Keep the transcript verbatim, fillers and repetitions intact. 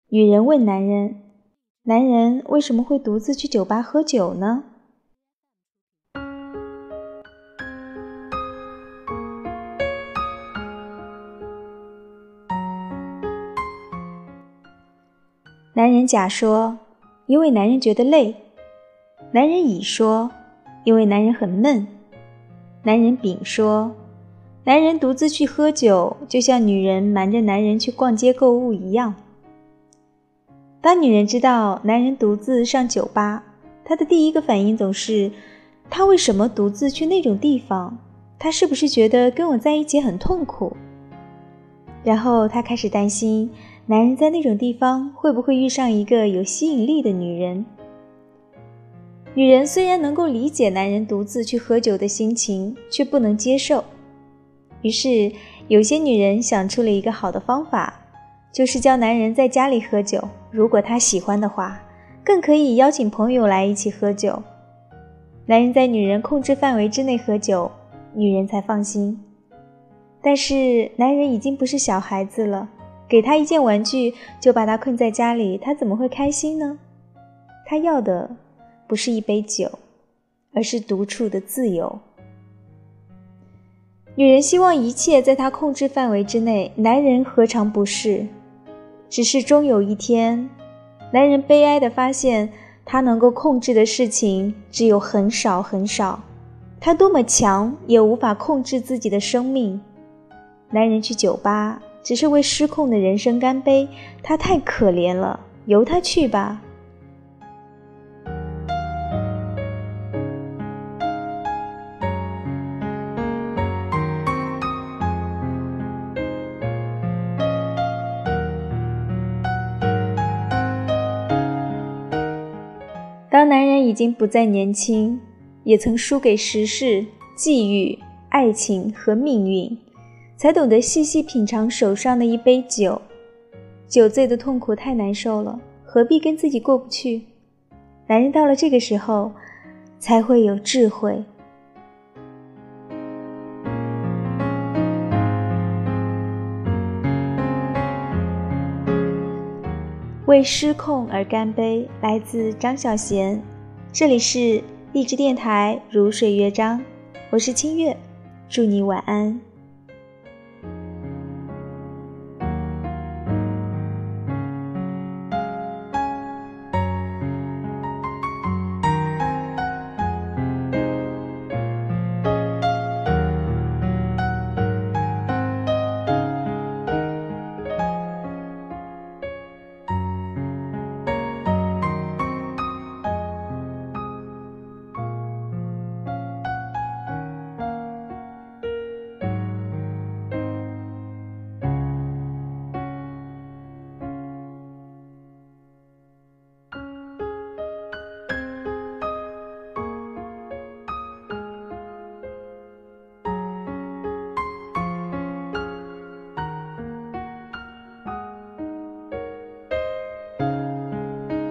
女人问男人，男人为什么会独自去酒吧喝酒呢？男人甲说，因为男人觉得累。男人乙说，因为男人很闷。男人丙说，男人独自去喝酒，就像女人瞒着男人去逛街购物一样。当女人知道男人独自上酒吧，她的第一个反应总是，他为什么独自去那种地方？他是不是觉得跟我在一起很痛苦？然后她开始担心，男人在那种地方会不会遇上一个有吸引力的女人？女人虽然能够理解男人独自去喝酒的心情，却不能接受。于是，有些女人想出了一个好的方法，就是教男人在家里喝酒，如果他喜欢的话，更可以邀请朋友来一起喝酒。男人在女人控制范围之内喝酒，女人才放心。但是男人已经不是小孩子了，给他一件玩具就把他困在家里，他怎么会开心呢？他要的不是一杯酒，而是独处的自由。女人希望一切在她控制范围之内，男人何尝不是？只是终有一天，男人悲哀地发现，他能够控制的事情只有很少很少，他多么强也无法控制自己的生命。男人去酒吧只是为失控的人生干杯，他太可怜了，由他去吧。当男人已经不再年轻，也曾输给时势、际遇、爱情和命运，才懂得细细品尝手上的一杯酒。酒醉的痛苦太难受了，何必跟自己过不去？男人到了这个时候，才会有智慧。为失控而干杯，来自张小娴。这里是荔枝电台如水乐章，我是清月，祝你晚安。